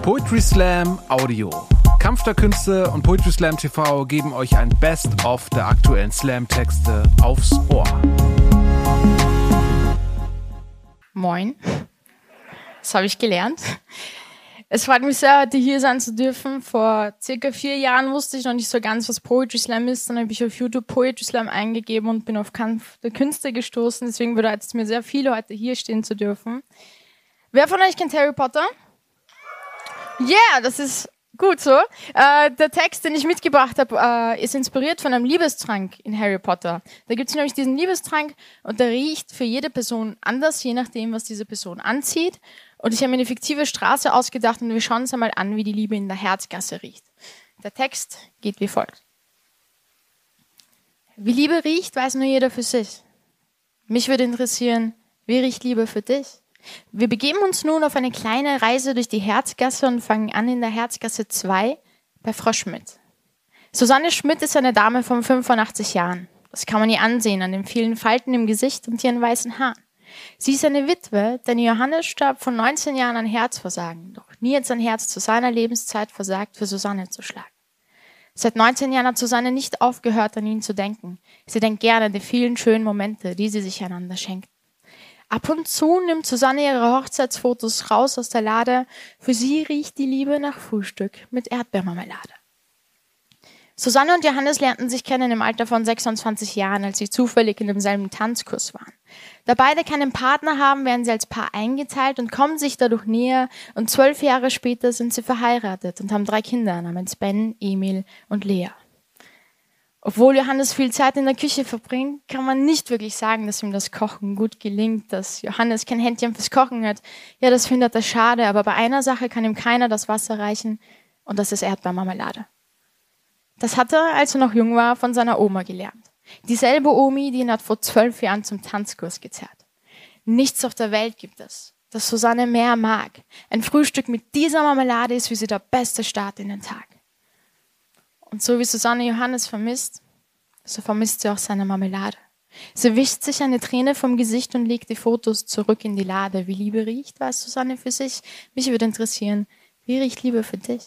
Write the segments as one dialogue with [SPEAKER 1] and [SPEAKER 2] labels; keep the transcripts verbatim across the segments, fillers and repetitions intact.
[SPEAKER 1] Poetry Slam Audio. Kampf der Künste und Poetry Slam T V geben euch ein Best-of der aktuellen Slam-Texte aufs Ohr.
[SPEAKER 2] Moin, das habe ich gelernt. Es freut mich sehr, heute hier sein zu dürfen. Vor circa vier Jahren wusste ich noch nicht so ganz, was Poetry Slam ist. Dann habe ich auf YouTube Poetry Slam eingegeben und bin auf Kampf der Künste gestoßen. Deswegen bedeutet es mir sehr viel, heute hier stehen zu dürfen. Wer von euch kennt Harry Potter? Ja, yeah, das ist gut so. Äh, der Text, den ich mitgebracht habe, äh, ist inspiriert von einem Liebestrank in Harry Potter. Da gibt es nämlich diesen Liebestrank und der riecht für jede Person anders, je nachdem, was diese Person anzieht. Und ich habe mir eine fiktive Straße ausgedacht und wir schauen uns einmal an, wie die Liebe in der Herzgasse riecht. Der Text geht wie folgt. Wie Liebe riecht, weiß nur jeder für sich. Mich würde interessieren, wie riecht Liebe für dich? Wir begeben uns nun auf eine kleine Reise durch die Herzgasse und fangen an in der Herzgasse zwei bei Frau Schmidt. Susanne Schmidt ist eine Dame von fünfundachtzig Jahren. Das kann man ihr ansehen an den vielen Falten im Gesicht und ihren weißen Haaren. Sie ist eine Witwe, denn Johannes starb vor neunzehn Jahren an Herzversagen. Doch nie hat sein Herz zu seiner Lebenszeit versagt, für Susanne zu schlagen. Seit neunzehn Jahren hat Susanne nicht aufgehört, an ihn zu denken. Sie denkt gerne an die vielen schönen Momente, die sie sich einander schenkt. Ab und zu nimmt Susanne ihre Hochzeitsfotos raus aus der Lade. Für sie riecht die Liebe nach Frühstück mit Erdbeermarmelade. Susanne und Johannes lernten sich kennen im Alter von sechsundzwanzig Jahren, als sie zufällig in demselben Tanzkurs waren. Da beide keinen Partner haben, werden sie als Paar eingeteilt und kommen sich dadurch näher. Und zwölf Jahre später sind sie verheiratet und haben drei Kinder namens Ben, Emil und Lea. Obwohl Johannes viel Zeit in der Küche verbringt, kann man nicht wirklich sagen, dass ihm das Kochen gut gelingt, dass Johannes kein Händchen fürs Kochen hat. Ja, das findet er schade, aber bei einer Sache kann ihm keiner das Wasser reichen und das ist Erdbeermarmelade. Das hat er, als er noch jung war, von seiner Oma gelernt. Dieselbe Omi, die ihn hat vor zwölf Jahren zum Tanzkurs gezerrt. Nichts auf der Welt gibt es, das Susanne mehr mag. Ein Frühstück mit dieser Marmelade ist für sie der beste Start in den Tag. Und so wie Susanne Johannes vermisst, so vermisst sie auch seine Marmelade. Sie wischt sich eine Träne vom Gesicht und legt die Fotos zurück in die Lade. Wie Liebe riecht, weiß Susanne für sich. Mich würde interessieren, wie riecht Liebe für dich?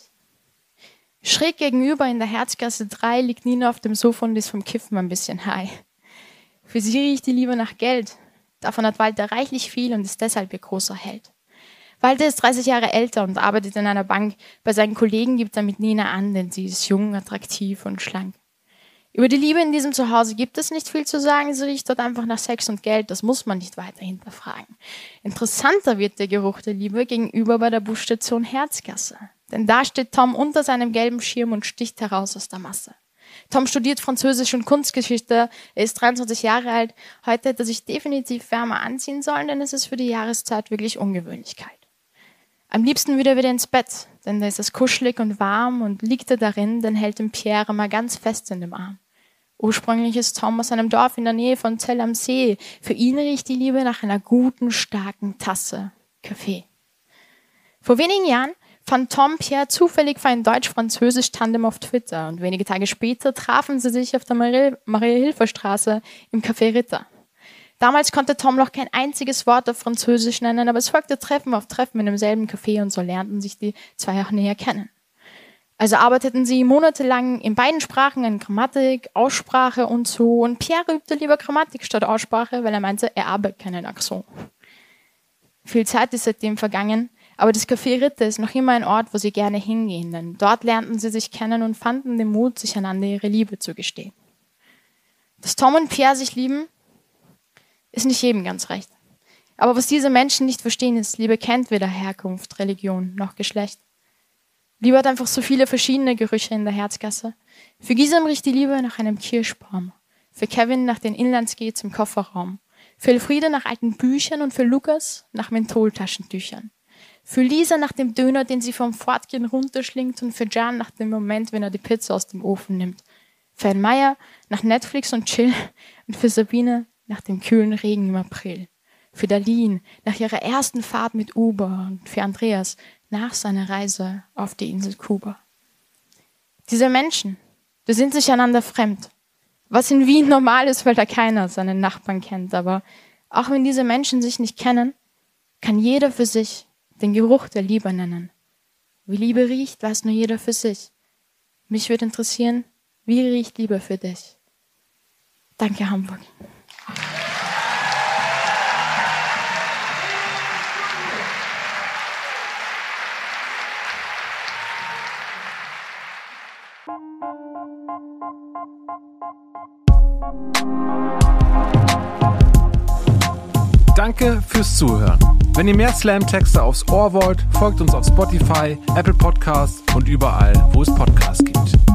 [SPEAKER 2] Schräg gegenüber in der Herzgasse drei liegt Nina auf dem Sofa und ist vom Kiffen ein bisschen high. Für sie riecht die Liebe nach Geld. Davon hat Walter reichlich viel und ist deshalb ihr großer Held. Walter ist dreißig Jahre älter und arbeitet in einer Bank. Bei seinen Kollegen gibt er mit Nina an, denn sie ist jung, attraktiv und schlank. Über die Liebe in diesem Zuhause gibt es nicht viel zu sagen. Sie riecht dort einfach nach Sex und Geld. Das muss man nicht weiter hinterfragen. Interessanter wird der Geruch der Liebe gegenüber bei der Busstation Herzgasse. Denn da steht Tom unter seinem gelben Schirm und sticht heraus aus der Masse. Tom studiert Französisch und Kunstgeschichte. Er ist dreiundzwanzig Jahre alt. Heute hätte er sich definitiv wärmer anziehen sollen, denn es ist für die Jahreszeit wirklich ungewöhnlich kalt. Am liebsten würde er wieder ins Bett, denn da ist es kuschelig und warm und liegt er darin, dann hält ihn Pierre mal ganz fest in dem Arm. Ursprünglich ist Tom aus einem Dorf in der Nähe von Zell am See. Für ihn riecht die Liebe nach einer guten, starken Tasse Kaffee. Vor wenigen Jahren fand Tom Pierre zufällig für ein Deutsch-Französisch-Tandem auf Twitter und wenige Tage später trafen sie sich auf der Maria-Hilfer-Straße im Café Ritter. Damals konnte Tom noch kein einziges Wort auf Französisch nennen, aber es folgte Treffen auf Treffen in demselben Café und so lernten sich die zwei auch näher kennen. Also arbeiteten sie monatelang in beiden Sprachen in Grammatik, Aussprache und so und Pierre übte lieber Grammatik statt Aussprache, weil er meinte, er habe keinen Akzent. Viel Zeit ist seitdem vergangen, aber das Café Ritter ist noch immer ein Ort, wo sie gerne hingehen, denn dort lernten sie sich kennen und fanden den Mut, sich einander ihre Liebe zu gestehen. Dass Tom und Pierre sich lieben, ist nicht jedem ganz recht. Aber was diese Menschen nicht verstehen, ist, Liebe kennt weder Herkunft, Religion noch Geschlecht. Liebe hat einfach so viele verschiedene Gerüche in der Herzgasse. Für Gisem riecht die Liebe nach einem Kirschbaum. Für Kevin nach den Inlineskates im Kofferraum. Für Elfriede nach alten Büchern und für Lukas nach Mentholtaschentüchern. Für Lisa nach dem Döner, den sie vom Fortgehen runterschlingt und für Jan nach dem Moment, wenn er die Pizza aus dem Ofen nimmt. Für Herrn Meier nach Netflix und Chill und für Sabine nach dem kühlen Regen im April. Für Darlene nach ihrer ersten Fahrt mit Uber und für Andreas nach seiner Reise auf die Insel Kuba. Diese Menschen, die sind sich einander fremd. Was in Wien normal ist, weil da keiner seinen Nachbarn kennt. Aber auch wenn diese Menschen sich nicht kennen, kann jeder für sich den Geruch der Liebe nennen. Wie Liebe riecht, weiß nur jeder für sich. Mich würde interessieren, wie riecht Liebe für dich? Danke, Hamburg.
[SPEAKER 1] Danke fürs Zuhören. Wenn ihr mehr Slam-Texte aufs Ohr wollt, folgt uns auf Spotify, Apple Podcasts und überall, wo es Podcasts gibt.